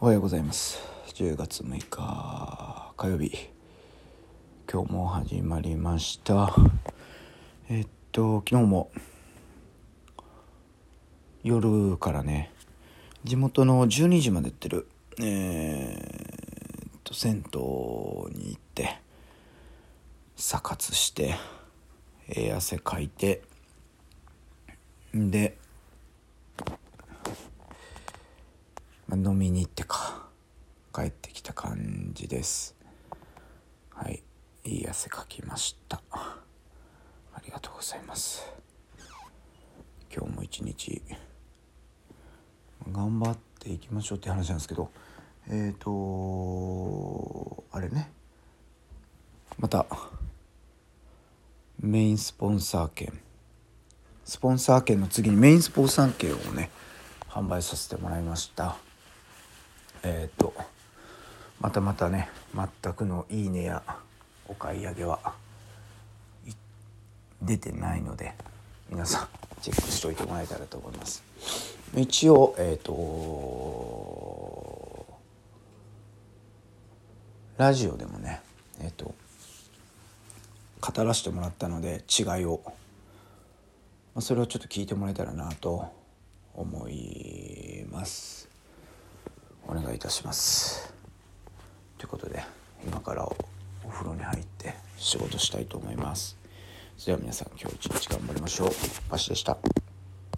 おはようございます。10月6日火曜日、今日も始まりました。昨日も夜からね、地元の12時までやってる銭湯に行ってサ活して汗かいて、で飲みに行って帰ってきた感じです。はい、いい汗かきました。ありがとうございます。今日も一日頑張っていきましょうって話なんですけど、あれね、またメインスポンサー券の次にメインスポンサー券をね販売させてもらいました。またね、全くのいいねやお買い上げは出てないので、皆さんチェックしておいてもらえたらと思います。一応ラジオでもね語らせてもらったので違いを、それをちょっと聞いてもらえたらなと思います。お願いいたします。ということで今からお風呂に入って仕事したいと思います。それでは皆さん、今日一日頑張りましょう。パシでした。